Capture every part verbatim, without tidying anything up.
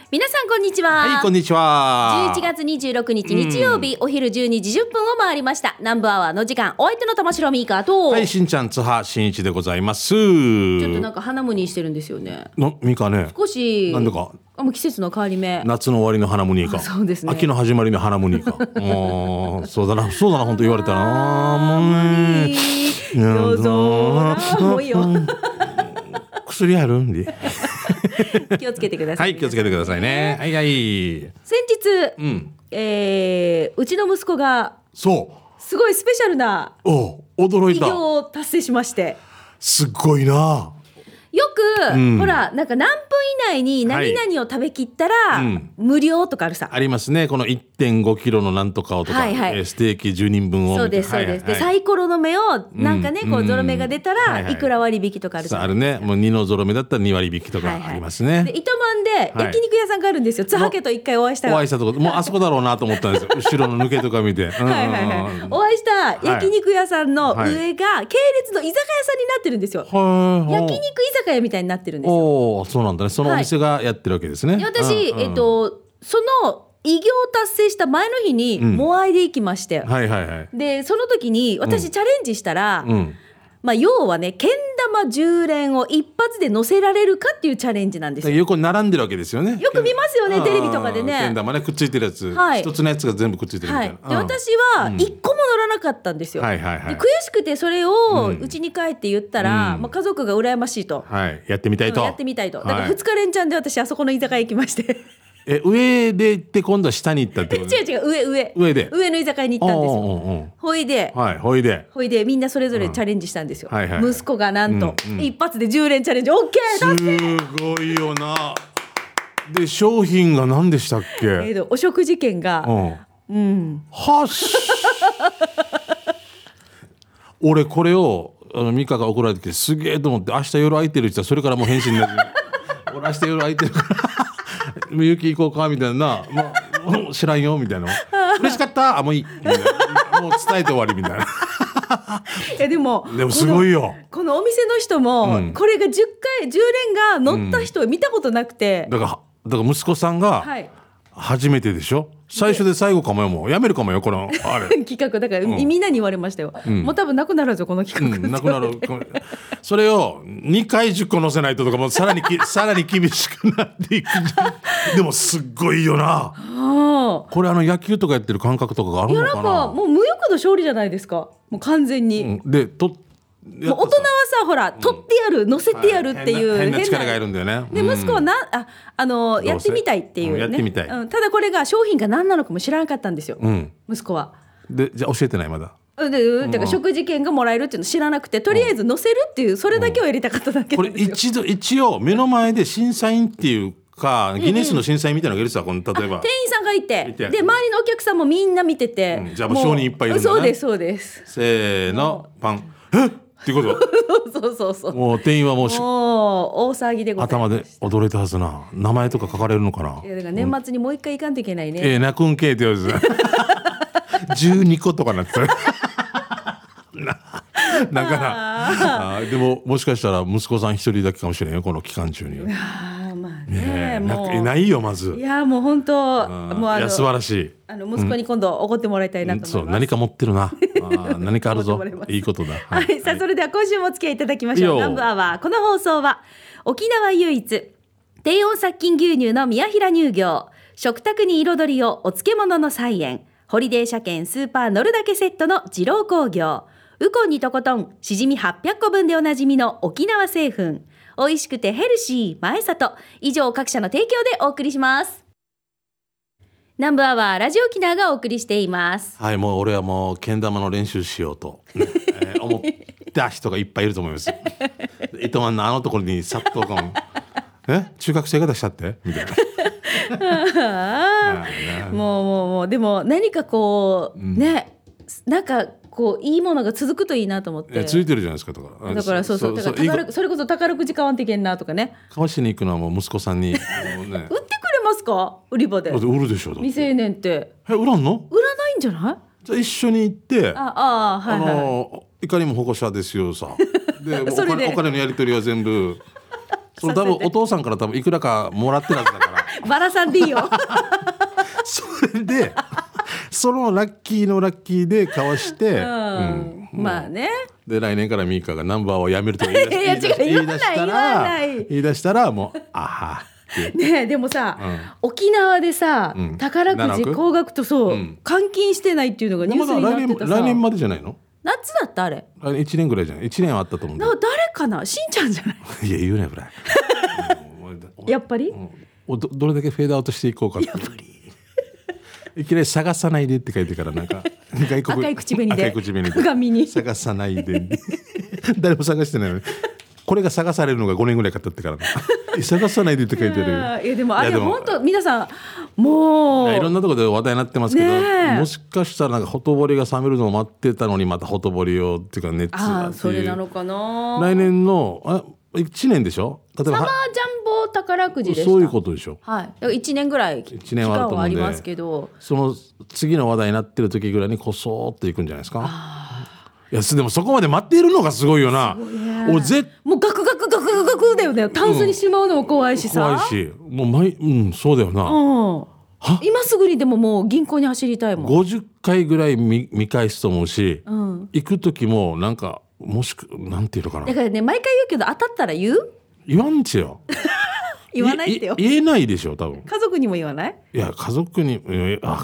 皆さんこんにちは。 はい、こんにちは。 じゅういちがつにじゅうろくにち日曜日、お昼じゅうにじじゅっぷんを回りました。南部アワーの時間、お相手の玉城ミーカーと、 はい、しんちゃん津波しんいちでございます。ちちょっとなんか花むにしてるんですよね。 のミカね、 少しなんでかあもう季節の変わり目、 夏の終わりの花むにか、 そうですね、 秋の始まりの花むにかもうそうだな、そうだな、本当言われたな。もうね、 どうぞもういいよ薬あるんで気をつけてください。 はい、気をつけてくださいね。はいはい。 先日、 うんえーうちの息子がそうすごいスペシャルなお驚いた。 偉業を達成しまして、 すっごいな。 よく、 うんほらなんか何分以内に何々を食べきったら、 はいうん、 無料とかあるさ、 ありますね。この いってんごキロのなんとかをとか、 はいはいえーステーキじゅうにんぶんをそうですそうです、 はいはいはい、 でサイコロの目をなんかね、 うんこうゾロ目が出たら、 はいはいいくら割引とかあるじゃん。 あるね。もうにのゾロ目だったらに割引とかありますね。 で糸満で焼肉屋さんがあるんですよ。津波家と一回お会いしたら、 お会いしたとこもうあそこだろうなと思ったんですよ後ろの抜けとか見て、うんうんうん、 はいはいはい、お会いした焼肉屋さんの上が系列の居酒屋さんになってるんですよ。 はい、 焼肉居酒屋みたいになってるんですよ。 おー、そうなんだね。そのお店がやってるわけですね。 で私、 うんうん、 えっとその偉業達成した前の日にモアイで行きまして、 うん、はいはいはい。 でその時に私チャレンジしたら、 うん、 まあ、要はねけん玉じゅう連を一発で乗せられるかっていうチャレンジなんですよ。 横に並んでるわけですよね。 よく見ますよね、テレビとかでね。 けん玉ね、くっついてるやつ、 はい、 一つのやつが全部くっついてるみたいな、 はい、で私は一個も乗らなかったんですよ、 うん、はいはいはい、 で悔しくてそれをうちに帰って言ったら、うんまあ、家族が羨ましいと、 はい、やってみたいと、 うん、やってみたいと。だからふつか連チャンで私あそこの居酒屋行きましてえ上で行って今度は下に行ったってこと？ 違う違う、上上上で上の居酒屋に行ったんですよ。 おうおうおう、 ほいで、 はい、ほいでほいでみんなそれぞれチャレンジしたんですよ、 うんはいはいはい、 息子がなんと、 うんうん、 一発でじゅう連チャレンジ OK だって。 すごいよな。で商品が何でしたっけ？えー、とお食事券が、 うん、 うん、 はっし俺これをあのミカが送られてきてすげえと思って、明日夜空いてるって言ったらそれからもう返信になる俺明日夜空いてるからみゆき行こうかみたいな、まあ、もう知らんよみたいな嬉しかったあもういいみたいな、もう伝えて終わりみたいないやでもでもすごいよ、 このお店の人も、うん、これがじゅっかいじゅう連が乗った人を見たことなくて、 うん、だからだから息子さんが初めてでしょ、はい、最初で最後かもよ、もうやめるかもよこのあれ企画だから、うん、みんなに言われましたよ、うん、もう多分なくなるぞこの企画、 うん、なくなるそれをにかいじゅっこ乗せないととかもうさらにさらに厳しくなっていくでもすっごいよなこれあの野球とかやってる感覚とかがあるのかな。 いやなんかもう無欲の勝利じゃないですか、もう完全に、 うん、でともう大人はさほら、うん、取ってやる乗せてやるっていう、 はい、変な力がいるんだよね。 で息子はなああのやってみたいっていうね、 うん、やってみたい、 うん、ただこれが商品が何なのかも知らなかったんですよ、うん、息子は。 でじゃあ教えてないまだ。 でだから食事券がもらえるっていうの知らなくて、とりあえず乗せるっていうそれだけをやりたかっただけなんですよ、うん、 これ一度一応目の前で審査員っていうかギネスの審査員みたいなのがいるさ、この例えば店員さんがいて、で周りのお客さんもみんな見てて、 うん、じゃあもう商人いっぱいいるんだね。 そうですそうです。 せーのパンえっっていうことそうそうそう。 もう店員はもうもう大騒ぎでございま頭で驚いたはずな。名前とか書かれるのかな。 いやだから年末にもう一回行かんといけないね、 うん、えー、泣くんけーって言われてじゅうにことかなってたなだからあでももしかしたら息子さん一人だけかもしれんよこの期間中に。 あまあねねもうなないよまず。 いやもう本当もうあのいや素晴らしい。 あの息子に今度怒ってもらいたいなと思います、 うん、そう何か持ってるなあ何かあるぞいいことだ、 はいはい、さあそれでは今週もお付き合いいただきましょう。南部アワー、この放送は沖縄唯一低温殺菌牛乳の宮平乳業、食卓に彩りをお漬物の菜園、ホリデー車検スーパー乗るだけセットの二郎工業、ウコンにとことんしじみはっぴゃっこぶんでおなじみの沖縄製粉、美味しくてヘルシー前里、以上各社の提供でお送りします。南部アワーラジオ沖縄がお送りしています。 はい、もう俺はもうけん玉の練習しようと、ねえー、思った人がいっぱいいると思います糸満のあのところに殺到かもえ中学生が出したってみたいなもうもうもうでも何かこう、うん、ねなんかこういいものが続くといいなと思って。 ついてるじゃないですか。だからだからそうそうだから宝くそれこそ宝くじ買わんといけんなとかね。 買わしに行くのはもう息子さんに、ね、 売ってくれますか売り場で。 売るでしょ。 未成年ってえ売らんの？ 売らないんじゃない？ じゃあ一緒に行ってああ、はいはい、 あのいかにも保護者ですよさでお金、お金のやり取りは全部それ多分お父さんから多分いくらかもらってるはずだからバラさんでいいよそれでそのラッキーのラッキーで交わして、 うんうん、まあねで来年からミカがナンバーをやめるとか言い出いや違う言い出したら言言い出したらもうあはねえでもさ、 うん、 沖縄でさ、うん、宝くじ高額とそう、うん、換金してないっていうのがニュースになってたさ、 来年までじゃないの？ 夏だったあれいちねんぐらいじゃない？いちねんはあったと思うんだ。 誰かな、しんちゃんじゃないいや言うねぐらいやっぱり、 うん、ど, どれだけフェードアウトしていこうかってやっぱりいきなり探さないでって書いてからなんか外国赤い口紅で赤い口紅で鏡に探さないで誰も探してないのにこれが探されるのがごねんぐらいかかってから探さないでって書いてる。 いやでもあれ本当皆さんもうい, いろんなところで話題になってますけど、もしかしたらなんかほとぼりが冷めるのを待ってたのにまたほとぼりをっていうか熱がっていう。 それなのかな。 来年のあいちねんでしょ。例えばサマージャンボ宝くじでした。 そういうことでしょ。 はい。いちねんぐらい期間はありますけど、 その次の話題になってる時ぐらいにこそっといくんじゃないですか。いやでもそこまで待っているのがすごいよな。 おぜもうガクガクガクガクガクだよね。タンスにしまうのも怖いしさ、 うん、怖いしもう毎うんそうだよな、うん、 今すぐにでももう銀行に走りたいもん。 ごじゅっかいぐらい 見, 見返すと思うし、うん、行く時もなんかもしくなんていうのかな。 だからね毎回言うけど当たったら言う言わんちよ言わないってよ。 言えないでしょ多分。 家族にも言わない。 いや家族にあ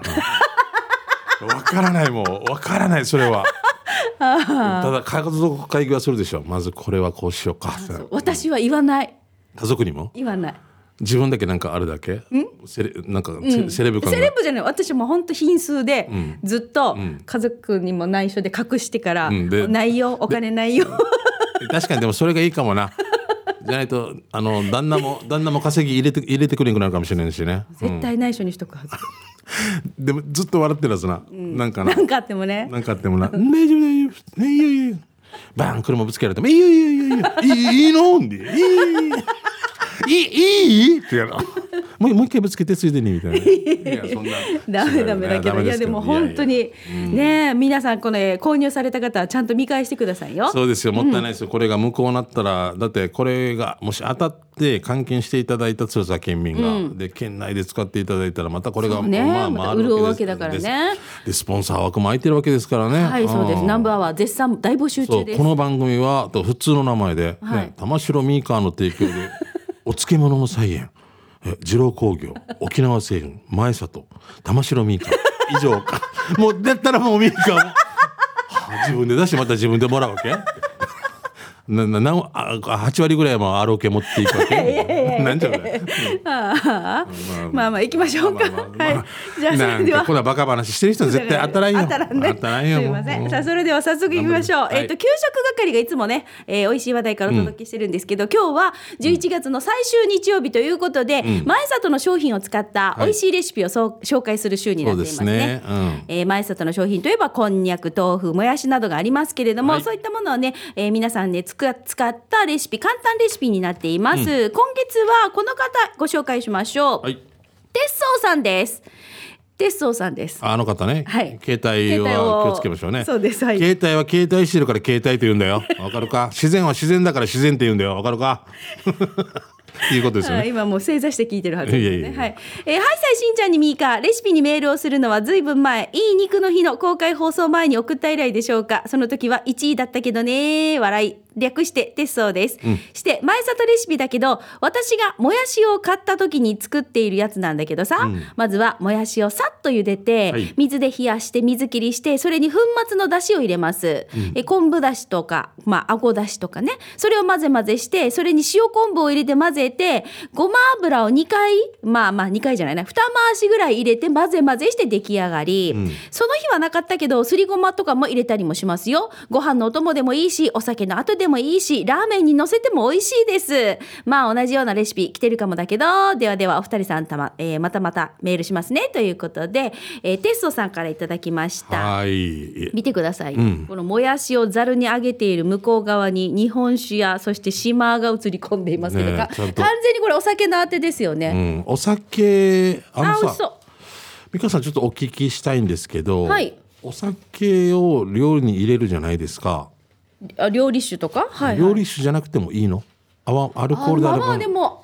わからないもうわからないそれはただ家族会議はするでしょ。まずこれはこうしようか。 私は言わない。 家族にも言わない。 自分だけなんかあるだけんセレなんか、うん、セレブ感が。 セレブじゃない。私も本当品数で、うん、ずっと家族にも内緒で隠してから、うん、ないよお金ないよ確かにでもそれがいいかもなじゃないとあの旦那も旦那も稼ぎ入れて入れてくれなくなるかもしれないしね。 絶対内緒にしとくはずでもずっと笑ってるはずな、うん、なんかななんかあってもねなんかあってもな大丈夫大丈夫いいよいいよバーン車ぶつけられてもいいよいいよいいよいいよいいいいのんでいいいいいいってやろもうもう一回ぶつけてついでにみたいな。いやそんなダメダメだけどいやでも本当にいやいや、うん、ね皆さんこの購入された方はちゃんと見返してくださいよ。 そうですよもったいないですよ、うん、これが無効になったらだってこれがもし当たって換金していただいた鶴崎県民が、うん、で県内で使っていただいたらまたこれが、 ね、 まあまあ潤うわけだからね。 でスポンサー枠も空いてるわけですからね。 はいそうです。ナンバーは絶賛大募集中です。 この番組は普通の名前で、はいね、玉城ミーカーの提供でお漬物の菜園二郎工業沖縄製粉前里玉城ミーカー以上かもうだったらもうミーカーも、はあ、自分で出してまた自分でもらうわけなななあはち割ぐらいは アールオーケー 持っていくわけなんじゃない、うんあまあまあ行きましょうか。じゃあそれではこんなバカ話してる人は絶対当たらんよ。 当たらんね。 当たらんよ。 すいません。さあそれでは早速行きましょう。はい、えっと給食係がいつもね、えー、美味しい話題からお届けしてるんですけど、うん、今日はじゅういちがつの最終日曜日ということで、うん、前里の商品を使った美味しいレシピをそう、はい、紹介する週になっていますね。そうですね。うんえー、前里の商品といえばこんにゃく豆腐もやしなどがありますけれども、はい、そういったものをね、えー、皆さんねつく使ったレシピ簡単レシピになっています、うん、今月はこの方ご紹介しましょう、はい、鉄装さんです。鉄装さんです。 あの方ね、はい、携帯は気をつけましょうね。 そうです、はい、 携帯は携帯してるから携帯と言うんだよわかるか自然は自然だから自然って言うんだよわかるかいうことですよね。 今もう正座して聞いてるはずですね。いやいやいやはい、えー、はいさいしんちゃんにみーかレシピにメールをするのはずいぶん前いい肉の日の公開放送前に送った以来でしょうか。その時はいちいだったけどね笑い略して鉄装です、うん、して前里レシピだけど私がもやしを買った時に作っているやつなんだけどさ、うん、まずはもやしをさっと茹でて、はい、水で冷やして水切りしてそれに粉末のだしを入れます、うん、え昆布だしとかまああごだしとかねそれを混ぜ混ぜしてそれに塩昆布を入れて混ぜてごま油をにかいまあまあにかいじゃないなに回しぐらい入れて混ぜ混ぜして出来上がり、うん、その日はなかったけどすりごまとかも入れたりもしますよ。ご飯のお供でもいいしお酒の後でもいいしラーメンに乗せても美味しいです。まあ同じようなレシピ来てるかもだけどではではお二人さんたま、えー、またまたメールしますねということで、えー、テッソさんからいただきました。はい見てください、うん、このもやしをざるにあげている向こう側に日本酒やそして島が映り込んでいますけど、ね、完全にこれお酒のあてですよね、 うん、お酒あのさあ美味しそう美香さんちょっとお聞きしたいんですけど、はい、お酒を料理に入れるじゃないですか。 あ料理酒とか、はいはい、 料理酒じゃなくてもいいの？あアルコールであれば、 あまあでも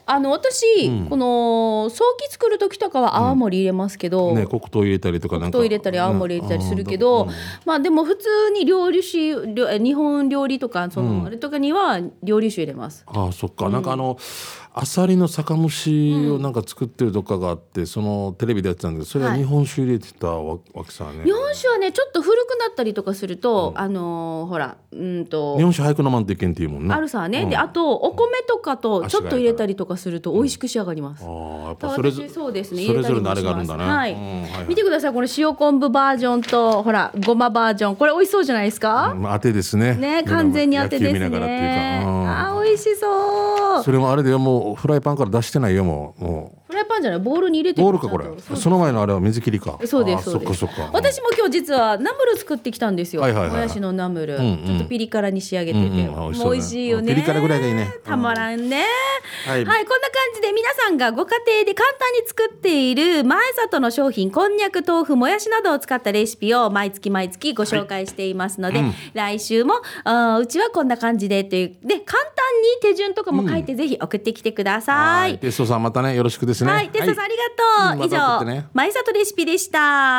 あの私、うん、この早期作る時とかは泡盛入れますけど、 うんね、黒糖入れたりとかなんか黒糖入れたり泡盛入れたりするけど、うん、まあでも普通に料理酒日本料理とかその、うん、あれとかには料理酒入れます。 ああそっか、うん、なんかあのアサリの酒蒸しをなんか作ってるとかがあって、うん、そのテレビでやってたんだけど、それは日本酒入れてたわけさね。 日本酒はねちょっと古くなったりとかすると、うん、あのー、ほらうんと日本酒早く飲まんといけんっていうもんね。 あるさね、うん、であとお米とかとちょっと入れたりとかすると美味しく仕上がります。うん、あやっぱそれぞそうですね、それぞれのあれがあるんだね。 はい、うんはいはい、見てください、これ塩昆布バージョンとほらごまバージョン、これ美味しそうじゃないですか。 うん、当てですね。 ね完全に当てですね。あ美味しそう。 それもあれでもうフライパンから出してないよもう。もうフライパンじゃないボウルに入れてボウルかこれ。その前のあれは水切りか。 そうですそうです。 そっかそっか。 私も今日実はナムル作ってきたんですよ。 はいはいはい、 もやしのナムル、うんうん、ちょっとピリ辛に仕上げてて、うんうん、もう美味しいよね。 ピリ辛ぐらいがいいね。 たまらんね。 うん、はい、 はい、こんな感じで皆さんがご家庭で簡単に作っている前里の商品、こんにゃく、豆腐、もやしなどを使ったレシピを毎月毎月ご紹介していますので、はい、うん、来週もあうちはこんな感じでというで簡単に手順とかも書いて、ぜひ送ってきてください。 はい、テストさんまたねよろしくですね。 はい、テストさんありがとう。はい、以上、ね、前里レシピでした。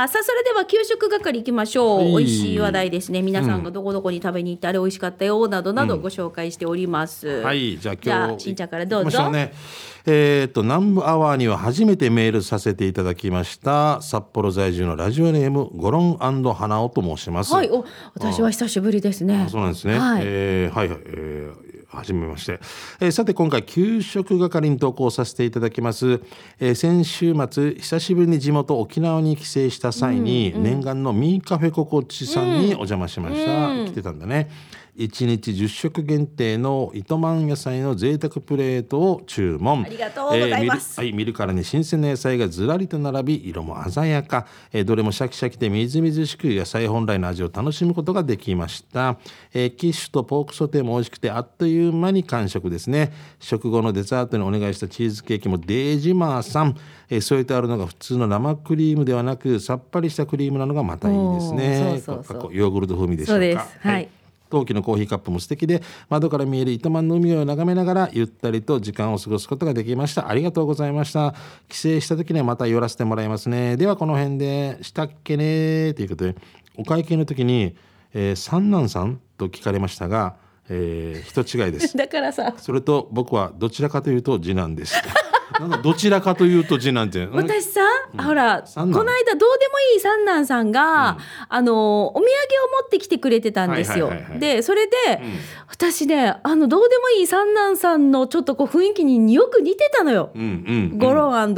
さあそれでは給食係いきましょう。美味しい話題ですね。皆さんがどこどこに食べに行って、あれ美味しかったよなどなどご紹介しております。うん、 はいじゃあ今日しんちゃんからどうぞ。 ねえー、と南部アワーには初めてメールさせていただきました札幌在住のラジオネームゴロン&花尾と申します。 はい、お私は久しぶりですね。 あそうなんですね。はい、えー、はい、えーはじめまして、えー、さて今回給食係に投稿させていただきます、えー、先週末久しぶりに地元沖縄に帰省した際に、うんうん、念願のミーカフェココッチさんにお邪魔しました、うん、来てたんだね。いちにちじゅっしょく限定の糸満野菜の贅沢プレートを注文。 ありがとうございます。 えー、見る、はい、見るからに新鮮な野菜がずらりと並び色も鮮やか、えー、どれもシャキシャキでみずみずしく野菜本来の味を楽しむことができました。えー、キッシュとポークソテーも美味しくてあっという間に完食ですね。食後のデザートにお願いしたチーズケーキもデージマーさん、えー、添えてあるのが普通の生クリームではなくさっぱりしたクリームなのがまたいいですね。そうそうそうヨーグルト風味でしょうか。そうです、はいはい、陶器のコーヒーカップも素敵で窓から見える糸満の海を眺めながらゆったりと時間を過ごすことができました。ありがとうございました。帰省した時にはまた寄らせてもらいますね。ではこの辺でしたっけねということでお会計の時に、えー、三男さんと聞かれましたが、えー、人違いですだからさそれと僕はどちらかというと次男ですなんかどちらかというと次男って私さ、うん、ほらこの間どうでもいい三男さんが、うん、あのお土産を持ってきてくれてたんですよ、はいはいはいはい、でそれで、うん、私ねあのどうでもいい三男さんのちょっとこう雰囲気によく似てたのよ、うんうんうん、ゴロン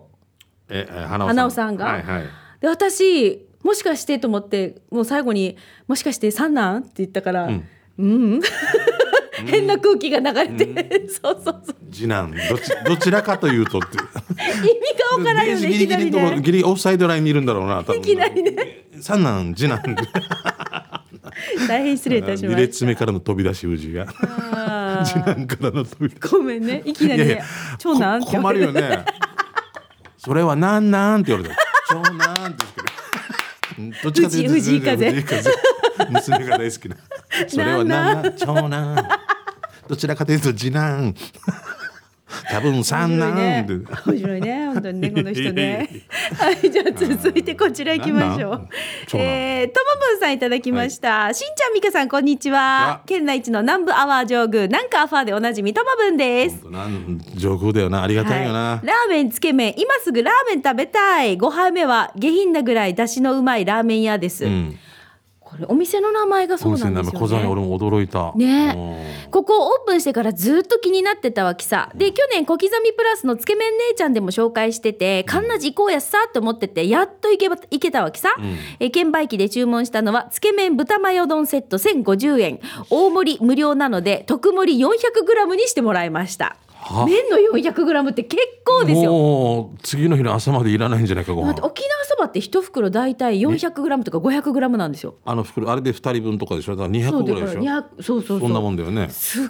&え花尾さんが、はいはい、で私もしかしてと思ってもう最後にもしかして三男って言ったからうん、うん変な空気が流れて、うん、そうそうそう次男 ど, ちどちらかというとって意味が分からんよね。 ギリギリのところギリオフサイドラインにいるんだろうな多分いきなりね三男次男大変失礼いたしました。 に列目からの飛び出し氏が次男からの飛び出しごめんねいきなり、ね、いやいや長男って困るよねそれはなんなんって言われた長男って言ってどっちかというと藤井風娘が大好きなそれはなんなん長男どちらかというと次男多分三男面白いね本当にねこの人ねはいじゃあ続いてこちら行きましょう。えー、ともぶんさんいただきました、はい、しんちゃんみかさんこんにちは。県内一の南部アワー上宮なんかアファーでおなじみともぶんです。 上宮だよなありがたいよな、はい、 ラーメンつけ麺今すぐラーメン食べたいごはいめは下品なぐらい出汁のうまいラーメン屋です、うんこれお店の名前がそうなんですよね。 小皿俺も驚いたね。ここオープンしてからずっと気になってたわけさ。で去年小刻みプラスのつけ麺姉ちゃんでも紹介しててカンナジ行こうやっさって思っててやっと行けば行けたわけさ、うん、え券売機で注文したのはつけ麺豚マヨ丼セットせんごじゅうえん大盛り無料なので特盛り よんひゃくグラム にしてもらいました。麺の よんひゃくグラム って結構ですよ。 もう次の日の朝までいらないんじゃないかご飯。 沖縄そばって一袋だいたい よんひゃくグラム とか ごひゃくグラム なんですよ。 あの袋あれでふたりぶんとかでしょ。だからにひゃくぐらいでしょ。 そうそうそうそんなもんだよね。 すごい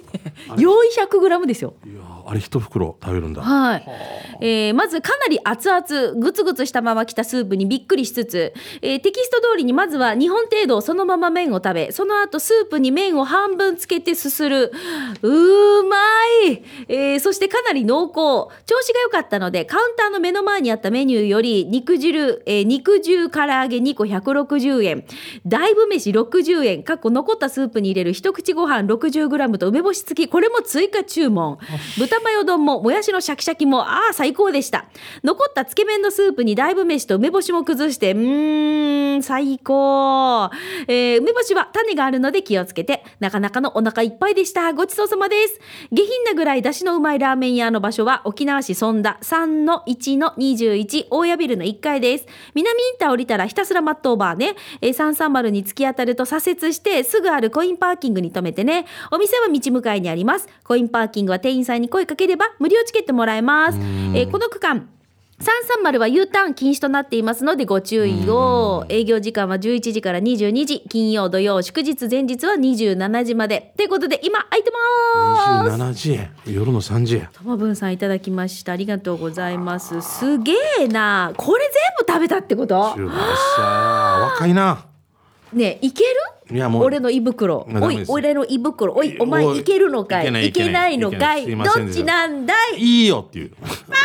よんひゃくグラムですよ。 いやあれ一袋食べるんだ。 はい、えー、まずかなり熱々グツグツしたまま来たスープにびっくりしつつ、えー、テキスト通りにまずはにほん程度そのまま麺を食べ、その後スープに麺を半分つけてすする。うまい、えー、そしてかなり濃厚、調子が良かったのでカウンターの目の前にあったメニューより肉汁、えー、肉汁唐揚げにこひゃくろくじゅうえん、大分飯ろくじゅうえん、かっこ残ったスープに入れる一口ご飯 ろくじゅうグラム と梅干し付き、これも追加注文。豚マヨ丼ももやしのシャキシャキもああ最高でした。残ったつけ麺のスープに大分飯と梅干しも崩して、うーん最高、えー、梅干しは種があるので気をつけて、なかなかのお腹いっぱいでした。ごちそうさまです。下品なぐらい出汁のうまいラーメン屋の場所は沖縄市尊田 さんのいちのにじゅういち 大谷ビルのいっかいです。南インター降りたらひたすらマットオーバーね、えー、さんさんまるに突き当たると左折してすぐあるコインパーキングに停めてね。お店は道向かいにあります。コインパーキングは店員さんに声かければ無料チケットもらえます。えー、この区間さんさんまるは U ターン禁止となっていますのでご注意を。営業時間はじゅういちじからにじゅうにじ、金曜土曜祝日前日はにじゅうしちじまでということで今空いてます。 にじゅうしちじえん、夜のさんじえん。 ともぶんさんいただきました、ありがとうございます。すげえな、これ全部食べたってこと？ 若いな。 ねえいける？ いやもう俺の胃袋、おい俺の胃袋、おいお前いけるのかい、いけない、いけないのかい、どっちなんだい？ いいよっていう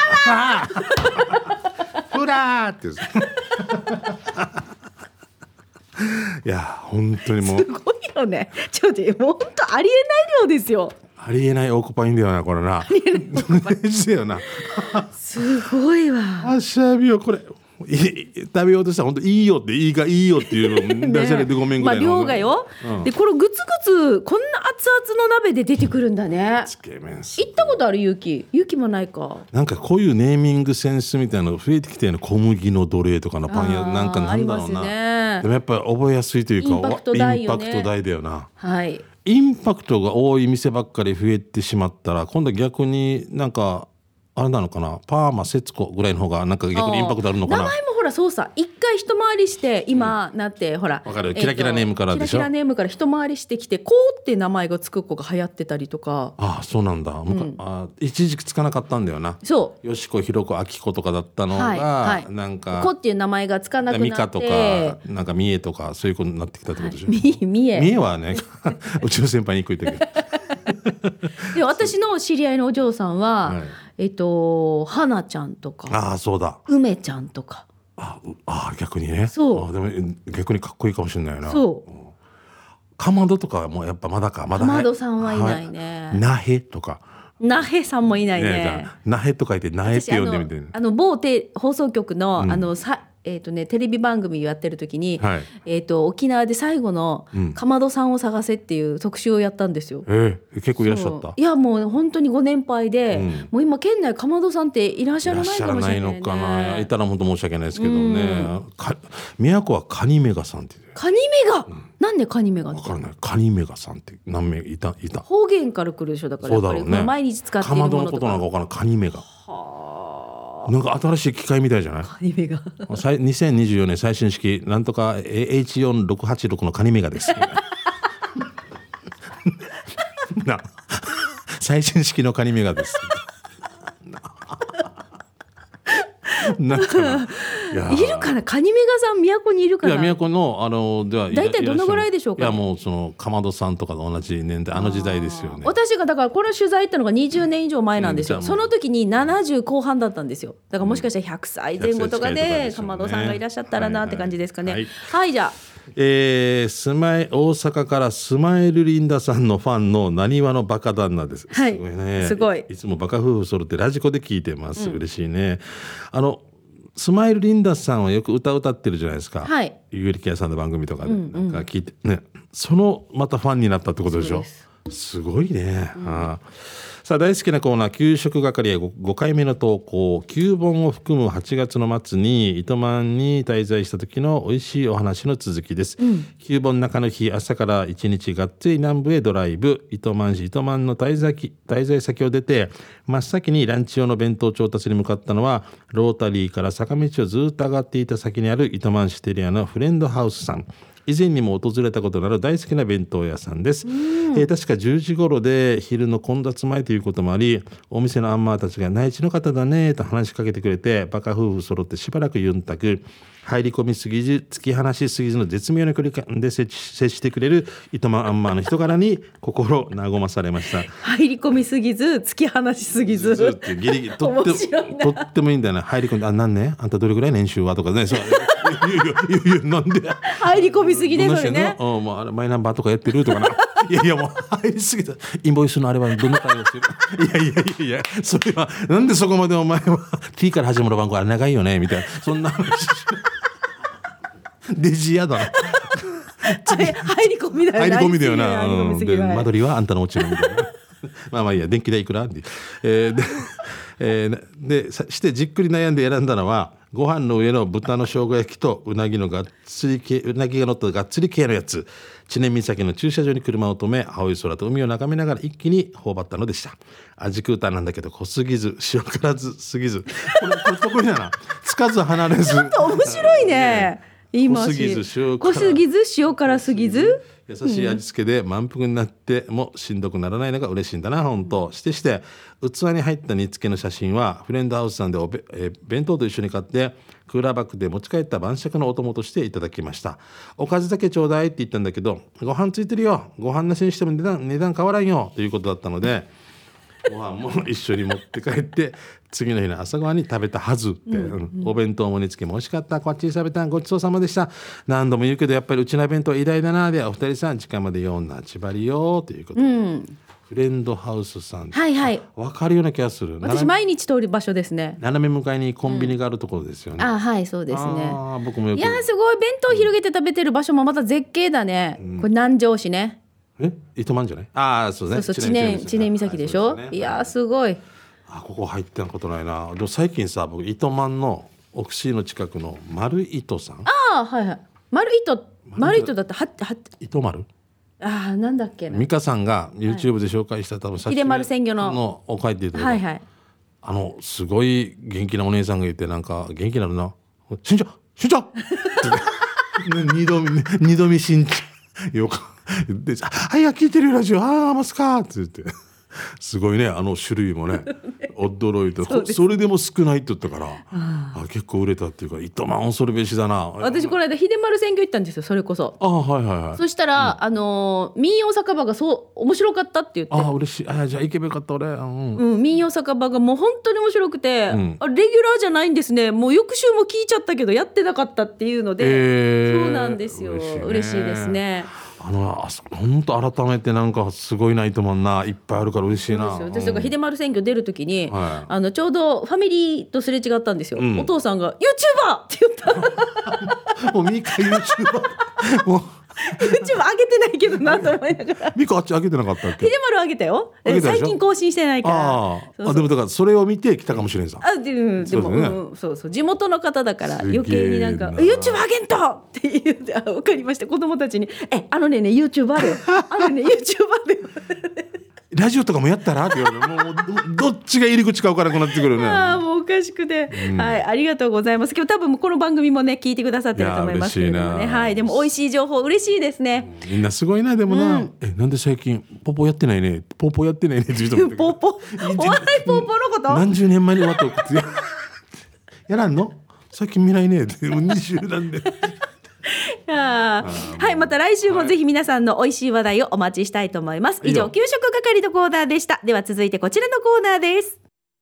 ほらーっていや本当にもうすごいよね。ちょっと本当ありえない量ですよ。 ありえないオーコパインだよなこれな。ありえないオーコパインだよなすごいわ。 あしゃびよこれ食べようとしたら本当いいよっていいかいいよっていうの出されてごめんぐらいの、 まあ、量がよ、うん、でこれグツグツこんな熱々の鍋で出てくるんだね。 つけ麺行ったことある？ゆきゆきもないか。 なんかこういうネーミングセンスみたいなの増えてきてるの。小麦の奴隷とかのパン屋なんかなんだろうな、ね、でもやっぱり覚えやすいというかインパクト大よね。 インパクト大だよな。 はい、 インパクトが多い店ばっかり増えてしまったら今度は逆になんかあれなのかな、パーマ節子ぐらいの方がなんか逆にインパクトあるのかな。 名前もほらそうさ、一回一回りして今なって、うん、ほらわかる、キラキラネームからでしょ。キラキラネームから一回りしてきてこうって名前がつく子が流行ってたりとか。 ああそうなんだ、うん、あ一時期つかなかったんだよな。 そうよしこひろこあきことかだったのが、はいはい、なんかこっていう名前がつかなくなってミカとかなんかミエとかそういうことになってきたってことでしょ、はい、 ミエミエはねうちの先輩に言っといたけどで私の知り合いのお嬢さんは、はい、えっと花ちゃんとか、 ああそうだ、 梅ちゃんとか、 ああ逆にね、 そうあでも逆にかっこいいかもしれないな。 そう、 かまどとかはもうやっぱまだか、まだかまどさんはいないね。 なへとかなへさんもいないね。 なへと書いてなへって呼んでみて、 あの某放送局の、うん、あのさえーとね、テレビ番組やってる時に、はい、えーと沖縄で最後のかまどさんを探せっていう特集をやったんですよ、 うん、えー、結構いらっしゃった。 いやもう本当にご年配で、うん、もう今県内かまどさんっていらっしゃらないかもしれないね。いらっしゃらないのかな。いたら本当申し訳ないですけどね、うん、か宮古はカニメガさんってカニメガ、うん、なんでカニメガって分からない。カニメガさんって何名いたいた方言から来るでしょ。だからやっぱり、ね、毎日使っているものとかかまどのことなんか分からない。カニメガなんか新しい機械みたいじゃない？ カニメガにせんにじゅうよねん最新式なんとか エイチよんろくはちろく のカニメガですな最新式のカニメガですなんかいやいるかな、カニメガさん都にいるかな。 いや都のあのでは大体どのぐらいでしょうか、ね、 いやもうそのかまどさんとかと同じ年代、あの時代ですよね。 私がだからこの取材行ったのがにじゅうねん以上前なんですよ、うん、その時にななじゅうこう半だったんですよ。だからもしかしたらひゃくさいぜん後とかでかまどさんがいらっしゃったらなって感じですかね。はい、はいはい、じゃあえー、スマイ大阪からスマイルリンダさんのファンのなにわのバカ旦那です。 はい、 すごいね。 すごい。 いつもバカ夫婦揃ってラジコで聞いてます、うん、嬉しいね。あのスマイルリンダさんはよく歌歌ってるじゃないですか、はい、ゆうりきやさんの番組とかでなんか聞いて、うんうん、ね、そのまたファンになったってことでしょ。すごいね、うん、あさあ大好きなコーナー給食係へ 5, ごかいめの投稿。きゅうぼんを含むはちがつの末に糸満に滞在した時の美味しいお話の続きです、うん、きゅうぼん中の日朝からいちにちがっつり南部へドライブ。糸満市糸満の滞在、滞在先を出て真っ先にランチ用の弁当調達に向かったのはロータリーから坂道をずっと上がっていた先にある糸満シテリアのフレンドハウスさん。 以前にも訪れたことのある大好きな弁当屋さんです、えー、確かじゅうじ頃で昼の混雑前ということもあり、お店のアンマーたちが内地の方だねと話しかけてくれて、バカ夫婦揃ってしばらくユンタク、入り込みすぎず突き放しすぎずの絶妙な距離感で接してくれる糸満アンマーの人柄に心和まされました。 入り込みすぎず突き放しすぎずってギリギリとってとってもいいんだよな。入り込んで、あ、何年あんたどれぐらい年収はとかね、そういやいやいやなんで入り込みすぎでそれね、 うん、もうあれマイナンバーとかやってるとかな。いやいやもう入りすぎた。インボイスのあれはどんな対応してるいやいやいやいや、それはなんでそこまでお前は T から始まる番号あれ長いよねみたいな、そんな話デジやだな入り込みだよな、 入り込みだよな、 うん、 で間取りはあんたのお家のみたいなまあまあいいや、電気代いくら、えー、で、えー、でしてじっくり悩んで選んだのは、ご飯の上の豚の生姜焼きとうなぎのがっつり系、うなぎが乗ったがっつり系のやつ。知念岬の駐車場に車を止め、青い空と海を眺めながら一気に頬張ったのでした。味食うたなんだけど、濃すぎず塩辛ずすぎず、これこれ得意だな、つかず離れず、ちょっと面白いね、言い回し。濃すぎず塩辛、濃すぎず塩辛すぎず、 優しい味付けで満腹になってもしんどくならないのが嬉しいんだな、本当。してして器に入った煮付けの写真はフレンドハウスさんでおべ、えー、弁当と一緒に買ってクーラーバッグで持ち帰った晩酌のお供としていただきました。おかずだけちょうだいって言ったんだけど、ご飯ついてるよ、ご飯なしにしても値段、値段変わらんよということだったので、ご飯も一緒に持って帰って次の日の朝ごはんに食べたはずって、うんうん、お弁当も煮付けも美味しかった、こっちに食べたんごちそうさまでした、何度も言うけどやっぱりうちの弁当は偉大だな、でお二人さん時間までよんなちばりよということで、うん、フレンドハウスさん、 はいはい、 分かるような気がする。 私毎日通る場所ですね。 斜め向かいにコンビニがあるところですよね、 うん、あ、はい、そうですね。 あ、僕もよく、 いやすごい、弁当広げて食べてる場所もまた絶景だね、うん、これ南城市ね。 え、糸満じゃない？ああ、そうね。 そうそう、知念知念岬でしょ。ね、いやすごい。 あ、ここ入ってんことないな。でも最近さ、僕糸満の奥市の近くの丸糸さん。 ああ、はいはい。丸糸、丸糸だってはは糸丸。 ああ、なんだっけな。 美香さんが YouTube で紹介した、はい、多分秀丸鮮魚ののを書いていた。 はいはい。 あのすごい元気なお姉さんがいて、なんか元気なのな。しんちゃん、しんちゃん。二度見二度見しんちゃん。よか。で、はい、聞いてるラジオ、ああますかって言って、すごいね、あの種類もね驚いて、 そ, それでも少ないって言ったから、ああ結構売れたっていうか、糸満恐るべしだな。 私この間秀丸鮮魚行ったんですよ、それこそ。 あ、はいはいはい。 そしたら、うん、あの民謡酒場がそう面白かったって言って、 あ、嬉しい。あ、じゃあ行けばよかった俺、うんうん、民謡酒場がもう本当に面白くて、うん、あレギュラーじゃないんですね、もう翌週も聞いちゃったけどやってなかったっていうので、えー、そうなんですよ、嬉しいね、嬉しいですね。 あの本当改めてなんかすごいな、糸満な、いっぱいあるから嬉しいな。 そうですよ。私が秀丸鮮魚出る時に、はい、あのちょうどファミリーとすれ違ったんですよ、うん、お父さんが YouTuber って言ったもうミカ YouTuber もう YouTube 上げてないけどなと思いながらミカあっち上げてなかったっけ？ 秀丸上げたよ、最近更新してないから。 あそうそう、あでもだからそれを見て来たかもしれんさ。 あで、うん、でもそう、ね、うん、そうそう、地元の方だから余計になんか YouTube 上げんとって言って、あ、分かりました、子供たちに、え、あのねね YouTuber あるよあのね YouTuber でラジオとかもやったらって言われる。もうどっちが入り口か分からなくなってくるね。 あ、もうおかしくて、うん、はい、ありがとうございます。今日多分この番組もね聞いてくださってると思いますけれどもね、はい、でも美味しい情報嬉しいですね、 うん、みんなすごいな。でもな、うん、え、なんで最近ポポやってないね、ポポやってないねって言うと思ってポポお笑いポポのこと何十年前に終わったことやらんの、最近見ないねってもうにじゅうなんではい、また来週もぜひ皆さんの美味しい話題をお待ちしたいと思います。以上、給食係のコーナーでした。では続いてこちらのコーナーです。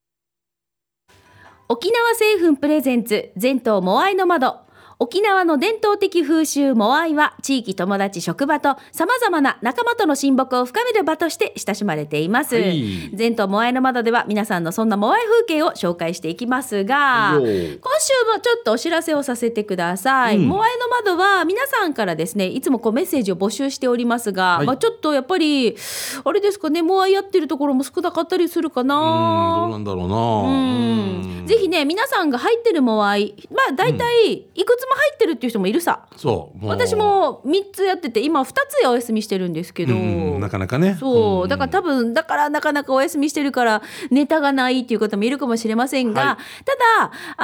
沖縄製粉プレゼンツ全島モアイの窓。沖縄の伝統的風習モアイは地域、友達、職場と様々な仲間との親睦を深める場として親しまれています、はい、全島モアイの窓では皆さんのそんなモアイ風景を紹介していきますが、今週もちょっとお知らせをさせてください、うん、モアイの窓は皆さんからですね、いつもこうメッセージを募集しておりますが、はい、まあ、ちょっとやっぱりあれですかね、モアイやってるところも少なかったりするかな。 うん、どうなんだろうな。 うん、ぜひね皆さんが入ってるモアイ、まあだいたいいくつも入ってるっていう人もいるさ。 そうも私もみっつやってて今ふたつお休みしてるんですけど、うん、 なかなかね、 そう、うん、だから多分だからなかなかお休みしてるからネタがないっていう方もいるかもしれませんが、はい、ただあの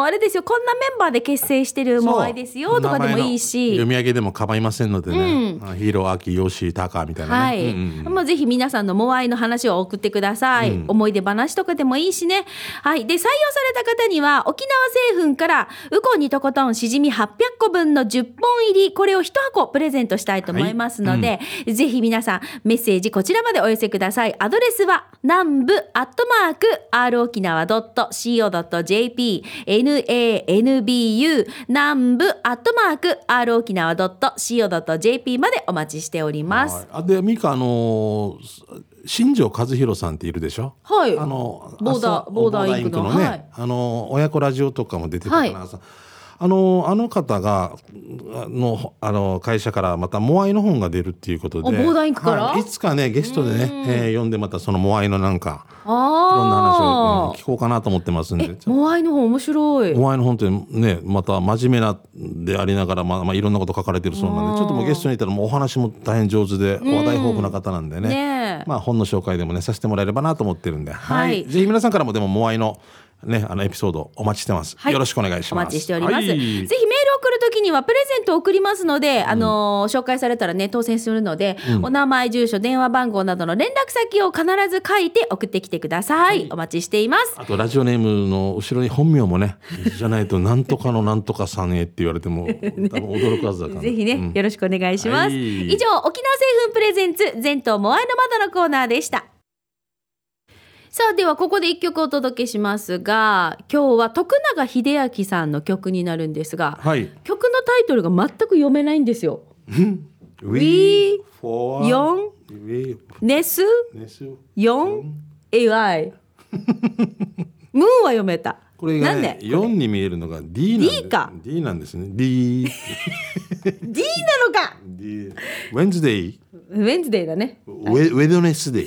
あれですよ、こんなメンバーで結成してるモアイですよとかでもいいし、 読み上げでも構いませんのでね、うん、ヒーロー、アキ、ヨシ、タカみたいなね、はいうんうん、まあ、ぜひ皆さんのモアイの話を送ってください、うん、思い出話とかでもいいしね。はい。で、採用された方には沖縄製粉からウコンにとことんしじみはっぴゃっこぶんのじゅっぽん入り、これをいっ箱プレゼントしたいと思いますので、はい、うん、ぜひ皆さんメッセージこちらまでお寄せください。アドレスは南部アットマーク アール 沖縄 ドット シーオー ドット ジェーピー ナンブ 南部アットマーク アール 沖縄 ドット シーオー ドット ジェーピー までお待ちしております。 はい、あでミカ、あのー、新庄和弘さんっているでしょ。 はい。 あのボーダーボーダーインクのね、 はい、 あの親子ラジオとかも出てたかな、はい、あのあの方がのあの会社からまたモアイの本が出るっていうことで、 ボーダーインクから、 はい、いつかねゲストでね、えー、読んでまたそのモアイのなんかいろんな話を、うん、聞こうかなと思ってますんで。 モアイの本面白い。 モアイの本ってねまた真面目なでありながら、まあまあ、いろんなこと書かれてるそうなんで、ちょっともうゲストにいたらもうお話も大変上手で話題豊富な方なんでね、ね、まあ、本の紹介でもねさせてもらえればなと思ってるんで、はいはい、ぜひ皆さんからもでもモアイのね、あのエピソードお待ちしてます、はい、よろしくお願いします。 お待ちしております、はい、ぜひメール送るときにはプレゼントを送りますので、うん、あのー、紹介されたらね当選するので、うん、お名前、住所、電話番号などの連絡先を必ず書いて送ってきてください、はい、お待ちしています。 あとラジオネームの後ろに本名もねじゃないとなんとかのなんとかさんへって言われても多分驚くはずだから、ね、 ぜひね、うん、よろしくお願いします、はい、以上沖縄製粉プレゼンツ全島モアイの窓のコーナーでした。さあ、ではここで一曲お届けしますが、今日は徳永英明さんの曲になるんですが、はい、曲のタイトルが全く読めないんですよ。We for よん ネスよん エーアイ ムーンは読めた。 これが、ね、なんでよんに見えるのが D なんで D か D なんですね。 D D なのか D Wednesday Wednesday だね。 ウェドネスデイ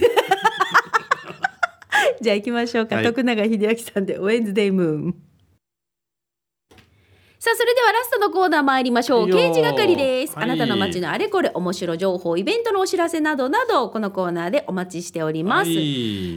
じゃあ行きましょうか、はい、徳永英明さんで Wednesday Moon。 さあ、それではラストのコーナー参りましょう。刑事係です、はい、あなたの街のあれこれ、面白情報、イベントのお知らせなどなどこのコーナーでお待ちしております、はい、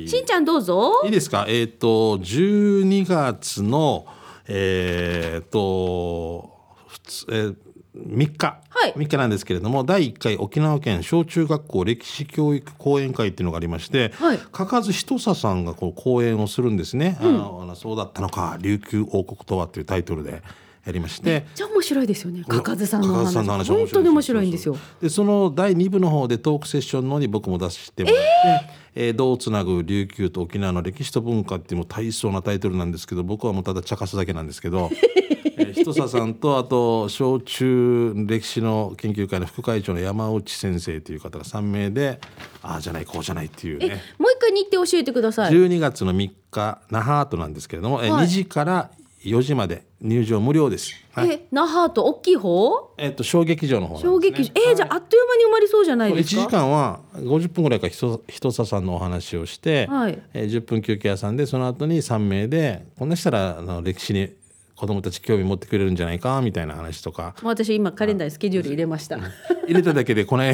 しんちゃんどうぞ。 いいですか。えっ、ー、とじゅうにがつのえっ、ー、とふつ、えーみっか、はい、みっかなんですけれども、だいいっかい沖縄県小中学校歴史教育講演会っていうのがありまして、はい、かかずひとささんがこう講演をするんですね、うん、あのあのそうだったのか琉球王国とはっていうタイトルでやりまして、めっちゃ面白いですよね。かかずさんの話、本当に面白いんですよ。 でそのだいに部の方でトークセッションのに僕も出してもらって、えーえー、どうつなぐ琉球と沖縄の歴史と文化っていうも大層なタイトルなんですけど、僕はもうただ茶化すだけなんですけどえー、ひとささんとあと小中歴史の研究会の副会長の山内先生という方がさんめいで、ああじゃないこうじゃないっていうね。 えもう一回日程教えてください。 じゅうにがつのみっか那覇アートなんですけれども、はい、にじからよじまで入場無料です、はい、 え那覇アート大きい方、 えっと小劇場の方なんですね。 小劇場、えー、じゃああっという間に埋まりそうじゃないですか。 いちじかんはごじゅっぷんぐらいからひとひとささんのお話をして、はい、えー、じゅっぷん休憩屋さんでその後にさんめいでこんなしたらあの歴史に子供たち興味持ってくれるんじゃないかみたいな話とか。 私今カレンダーにスケジュール入れました。 入れただけでこの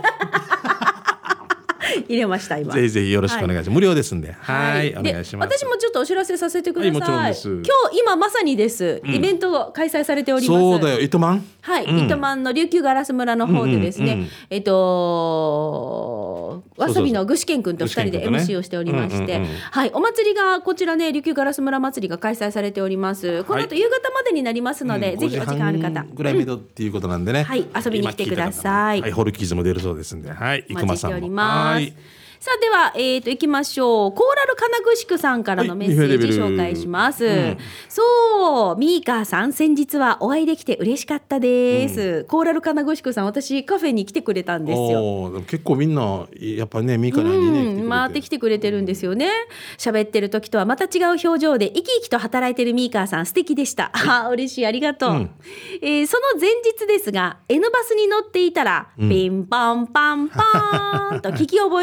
入れました今。 ぜひぜひよろしくお願いします、はい、無料ですんで、はい、はい、お願いします。 私もちょっとお知らせさせてください、 はい、もちろんです。 今日今まさにです、うん、イベントを開催されております。 そうだよ、糸満、 はい、うん、糸満の琉球ガラス村の方でですね、うんうんうん、えっとわさびの具志堅くんとふたりで エムシー をしておりまして、はい、お祭りがこちらね、琉球ガラス村祭りが開催されております。この後夕方までになりますので、はい、ぜひお時間ある方、 ぐらいめどっていうことなんでね、うん、 はい、遊びに来てください。 はい、ホルキーズも出るそうですんで、はい、 お待ちしております。 はい、 さあでは、えー、といきましょう。コーラル金具宿さんからのメッセージ紹介します、はい、うん、そうミーカーさん先日はお会いできて嬉しかったです、うん、コーラル金具宿さん、私カフェに来てくれたんですよ。 結構みんなやっぱねミーカーにね、 うん、回ってきてくれてるんですよね。喋ってる時とはまた違う表情で生き生きと働いてるミーカーさん素敵でした、はい、あ嬉しい、ありがとう、うん、えー、その前日ですが N バスに乗っていたら、うん、ピンポンパンパーンと聞き覚えのある声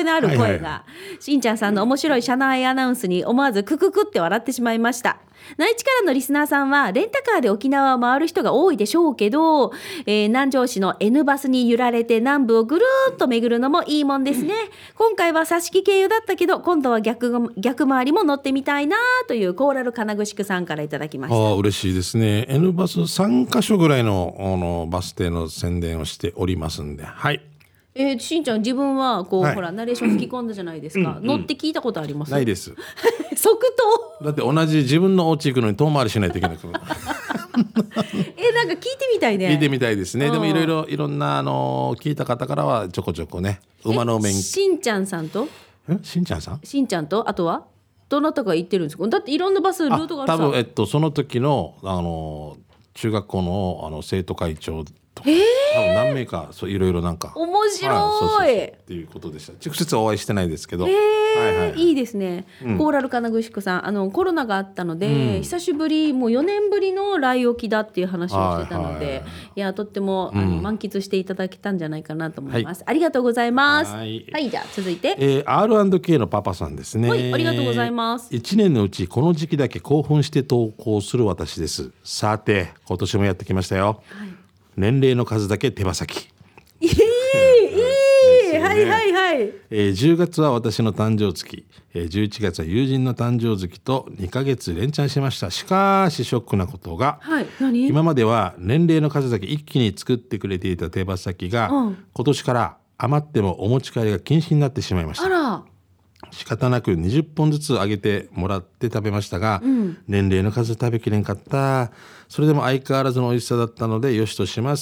声が、はい、しんちゃんさんの面白い車内アナウンスに思わずクククって笑ってしまいました。内地からのリスナーさんはレンタカーで沖縄を回る人が多いでしょうけど、えー、南城市の N バスに揺られて南部をぐるーっと巡るのもいいもんですね。今回は挿し木経由だったけど今度は 逆, 逆回りも乗ってみたいなというコーラル金具宿さんからいただきました。 あ、嬉しいですね。 N バスさんカ所ぐらい の, あのバス停の宣伝をしておりますんで、はい。 えー、しんちゃん自分はこう、はい、ほらナレーション吹き込んだじゃないですか、うん、乗って聞いたことあります？ ないです。 即答。 だって同じ自分のお家行くのに遠回りしないといけないからえなんか聞いてみたいね。 聞いてみたいですね。でもいろいろいろんなあの聞いた方からはちょこちょこね、馬の免許。 しんちゃんさんとしんちゃんさんしんちゃんとあとはどなたが行ってるんですか？だっていろんなバスルートがあるさ。 多分、えっと、その時のあの中学校 の, あの生徒会長とか、 えー、 多分何名かそういろいろなんか面白い、はい、そうそうそうっていうことでした。直接お会いしてないですけど、 えーはいはいはい、 いいですね、うん、コーラル金具宿さん、あのコロナがあったので、うん、久しぶりもうよねんぶりの来沖だっていう話をしてたので、はいはい、いやとっても、うん、あの満喫していただけたんじゃないかなと思います、はい、ありがとうございます。はい、はい、じゃあ続いて、 えー、アールアンドケー のパパさんですね。 はい、ありがとうございます。 いちねんのうちこの時期だけ興奮して投稿する私です。さて今年もやってきましたよ、はい、年齢の数だけ手羽先。 いい、いい、はいはいはい。 えー、じゅうがつは私の誕生月、えー、じゅういちがつは友人の誕生月とにかげつ連チャンしました。しかしショックなことが、 はい、何？ 今までは年齢の数だけ一気に作ってくれていた手羽先が、うん、今年から余ってもお持ち帰りが禁止になってしまいました。 あら、 仕方なくにじゅっぽんずつあげてもらって食べましたが、うん、年齢の数食べきれんかった。それでも相変わらずの美味しさだったのでよしとします。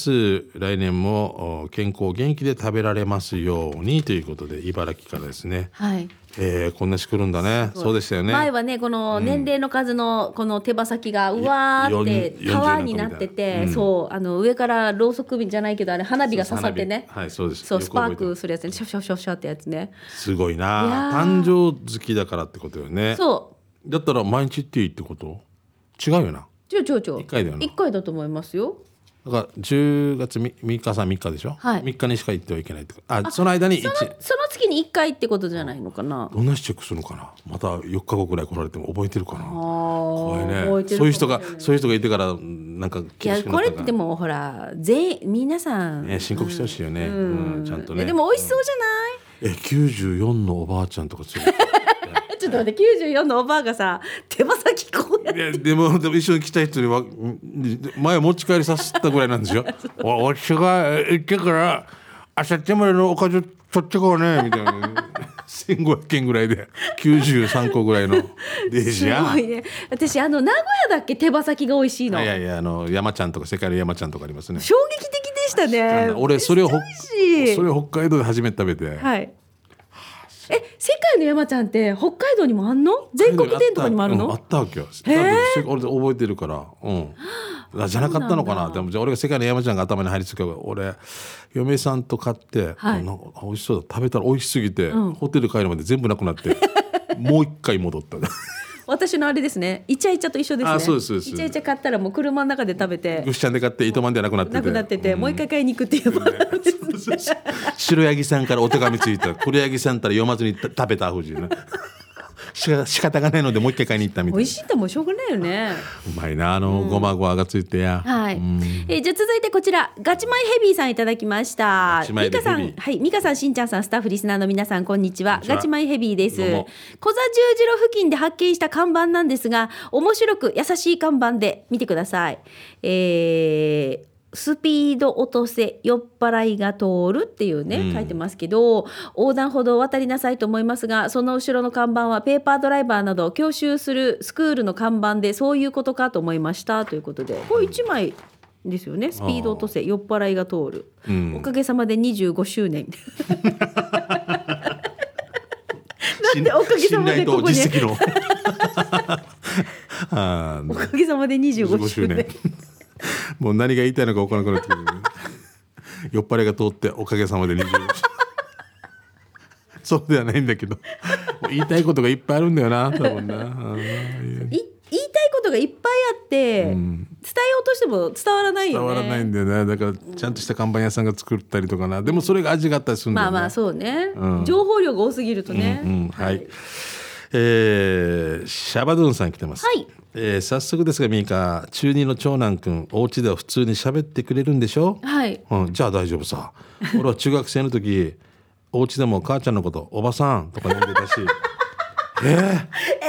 来年も健康元気で食べられますようにということで、茨城からですね、 はい、 えー、こんなしくるんだね。そうでしたよね。 前はねこの年齢の数のこの手羽先がうわーって川になってて、うん、そうあの上からろうそくじゃないけどあれ花火が刺さってね、 はい、そうです。 そうスパークするやつね、シャシャシャシャってやつね。 すごいな。誕生月だからってことよね。 そうだったら毎日っていいってこと？違うよな。 ちょちょちょいっかいだよな。 いっかいだと思いますよ。 だからじゅうがつみっかさんみっかでしょ、はい、みっかにしか行ってはいけないって。あ、その間にその、その月にいっかいってことじゃないのかな。 どんなチェックするのかな。またよっかごぐらい来られても覚えてるかな。怖いね。そういう人がそういう人がいてからなんか厳しくなったか。いやこれってでもほら全皆さん、 ね、申告してほしいよね、うんうん、ちゃんとね。 でも美味しそうじゃない、 うん、えきゅうじゅうよんのおばあちゃんとか強いちょっと待って、きゅうじゅうよんのおばあがさ手羽先こうやってでもでも一緒に来た人には前持ち帰りさせたぐらいなんですよ私が行ってからあさってまでのおかず取ってこうねみたいなせんごひゃくえんぐらいできゅうじゅうさんこぐらいのデージや。 すごいね。私あの名古屋だっけ手羽先が美味しいの。 いやいやあの山ちゃんとか世界の山ちゃんとかありますね。 衝撃的でしたね。 俺それをそれを北海道で初めて食べて、 はい、え世界の山ちゃんって北海道にもあんの？全国店とかにもあるの？ あったわけよ。俺覚えてるから、うんじゃなかったのかな。でもじゃあ俺が世界の山ちゃんが頭に入りつくから俺嫁さんと買って、はい、なんか美味しそうだ食べたら美味しすぎて、うん、ホテル帰るまで全部なくなってもう一回戻った私のあれですね、イチャイチャと一緒ですね。 あ、そうですそうです。 イチャイチャ買ったらもう車の中で食べてぐっしゃんで買って糸満ではなくなっててなくなってて、うん、もう一回買いに行くっていうパターンですね。 白ヤギさんからお手紙ついた黒ヤギさんたら読まずに食べたふじね仕方がないのでもう一回買いに行ったみたいな。 美味しいってもうしょうがないよね。 うまいなあの、うん、ごまごわがついてや、 はい、うん、えー、じゃあ続いてこちらガチマイヘビーさんいただきました。ミカさん、はい、ミカさん、しんちゃんさん、スタッフリスナーの皆さんこんにちは。ガチマイヘビーです。小座十字路付近で発見した看板なんですが面白く優しい看板で見てください。えースピード落とせ酔っ払いが通るっていうね、うん、書いてますけど横断歩道を渡りなさいと思いますがその後ろの看板はペーパードライバーなどを教習するスクールの看板でそういうことかと思いましたということで、これいちまいですよね。スピード落とせ酔っ払いが通る、うん、おかげさまでにじゅうごしゅうねんなんでおかげさまでここにおかげさまでにじゅうごしゅうねんもう何が言いたいのか分からなくなってくる、ね、酔っ払いが通っておかげさまでにじゅうごそうではないんだけど言いたいことがいっぱいあるんだよな多分な。 い言いたいことがいっぱいあって、うん、 伝えようとしても伝わらないよね。 伝わらないんだよね。だからちゃんとした看板屋さんが作ったりとかな、でもそれが味があったりするんだよね。 まあまあそうね、 うん、 情報量が多すぎるとね、 うんうん、はい、はい、えー、シャバドゥンさん来てます、 はい、 えー、早速ですがミーカ中二の長男くんお家では普通に喋ってくれるんでしょ、 はい、 うん、じゃあ大丈夫さ俺は中学生の時お家でも母ちゃんのことおばさんとか呼んでたしえー、え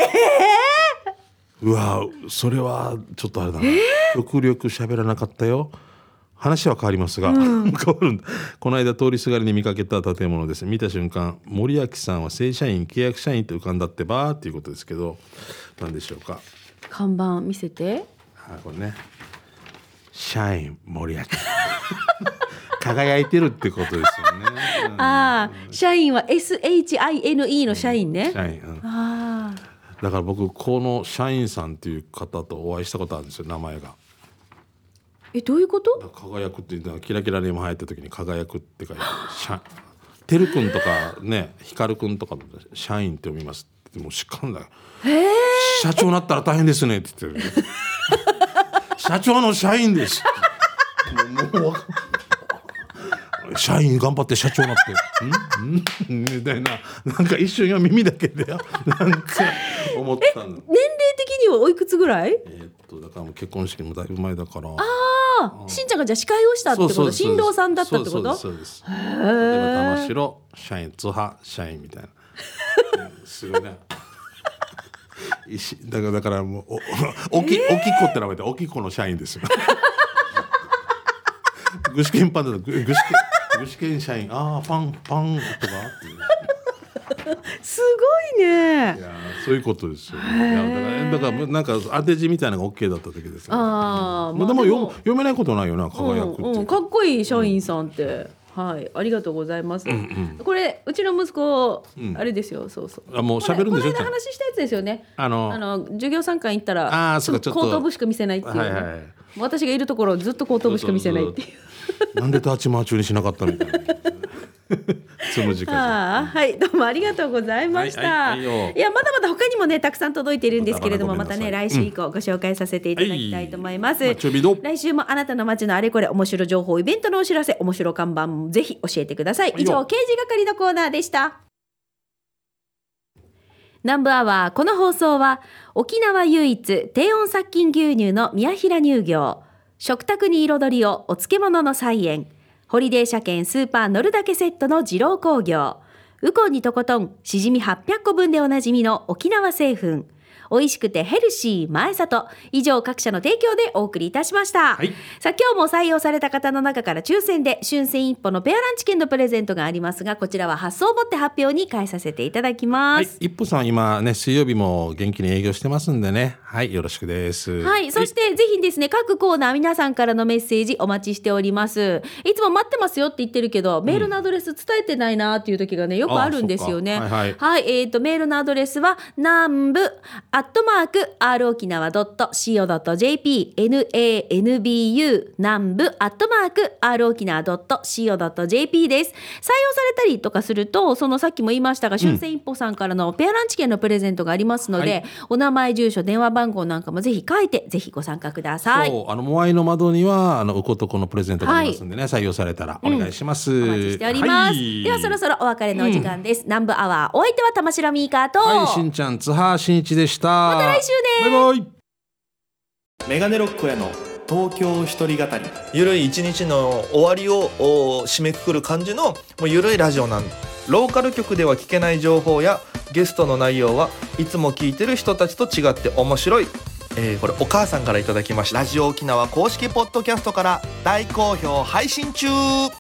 ー、うわそれはちょっとあれだな、えー、極力喋らなかったよ。話は変わりますが、うん、変わるんだ。この間通りすがりに見かけた建物です。見た瞬間森脇さんは正社員契約社員と浮かんだってばーっていうことですけど、何でしょうか。 看板見せて。 あ、これね、社員森脇輝いてるってことですよね、 うん、ああ、社員は エスエイチアイエヌイー の社員ね、 うん、社員、うん、あだから僕この社員さんっていう方とお会いしたことあるんですよ、名前が。 え、どういうこと？ 輝くっていうのはキラキラネーム入った時に輝くって書いててるくんとかね、光くんとか社員って読みますってもうしっかんだよ。社長になったら大変ですねって言ってる社長の社員ですもうもう社員頑張って社長になってんんみたいな、なんか一瞬は耳だけでなんか思ったの。年齢的にはおいくつぐらい？ えー、っとだからもう結婚式もだいぶ前だから。 ああ、しんちゃんがじゃあ司会をしたってこと？新郎さんだったってこと？ そうですそうです。へえ。玉城社員津波社員みたいなすごいねだからだからもうおおき、えー、おきっこって名前でおきっこの社員ですよ具志堅パンダの具志堅具志堅社員、ああパンパンとかすごいね。 いやそういうことですよ、ね、だからだからなんか当て字みたいなのが OK だっただけですよ、ね、あ、まあ、でも読読めないことないよな、輝くっていう、うんうん、 かっこいい社員さんって、うん、はい、ありがとうございます、うんうん、これうちの息子、うん、あれですよ、そうそう、 あ、もう喋るんでしょ。 この間話したやつですよね、あのあの授業参観行ったらあそうかちょっと後頭部しか見せないっていう、ね、はいはい、私がいるところずっと後頭部しか見せないっていうなんでタッチマー中にしなかったみたいなつむじかあ、はい、どうもありがとうございました、はいはい、いやまだまだ他にもねたくさん届いているんですけれども、またね来週以降ご紹介させていただきたいと思います、うん、来週もあなたの街のあれこれ面白情報イベントのお知らせ面白看板もぜひ教えてください。以上刑事係のコーナーでした。南部アワー、この放送は沖縄唯一低温殺菌牛乳の宮平乳業、食卓に彩りをお漬物の菜園、ホリデー車検スーパー乗るだけセットの二郎工業、ウコンにとことんしじみはっぴゃっこぶんでおなじみの沖縄製粉、美味しくてヘルシー前里、以上各社の提供でお送りいたしました、はい、さあ今日も採用された方の中から抽選で春戦一歩のペアランチ券のプレゼントがありますが、こちらは発送をもって発表に変えさせていただきます、 はい、一歩さん今ね水曜日も元気に営業してますんでね、はい、よろしくです。 はい、そしてぜひですね各コーナー皆さんからのメッセージお待ちしております。いつも待ってますよって言ってるけど、メールのアドレス伝えてないなっていう時がねよくあるんですよね。はい、はいはい、えーとメールのアドレスは南部アットマーク アール 沖縄 ドット シーオー ドット ジェーピー ナンブ 南部アットマーク アール 沖縄 ドット シーオー ドット ジェーピー です。採用されたりとかすると、そのさっきも言いましたが春戦一歩さんからのペアランチ券のプレゼントがありますので、はい、お名前住所電話番号なんかもぜひ書いてぜひご参加ください。 そう、あのモアイの窓にはあのうことこのプレゼントがありますんでね、はい、採用されたらお願いします、うん、 お待ちしております、はい、ではそろそろお別れのお時間です、うん、南部アワー、お相手は玉城ミーカーと、 はい、しんちゃん津波しんいちでした。 また来週です。 バイバイ。 メガネロックへの東京一人語り、 ゆるい一日の終わりを締めくくる感じのもうゆるいラジオなんで、ローカル局では聞けない情報やゲストの内容はいつも聞いてる人たちと違って面白い、えー、これお母さんからいただきました。ラジオ沖縄公式ポッドキャストから大好評配信中。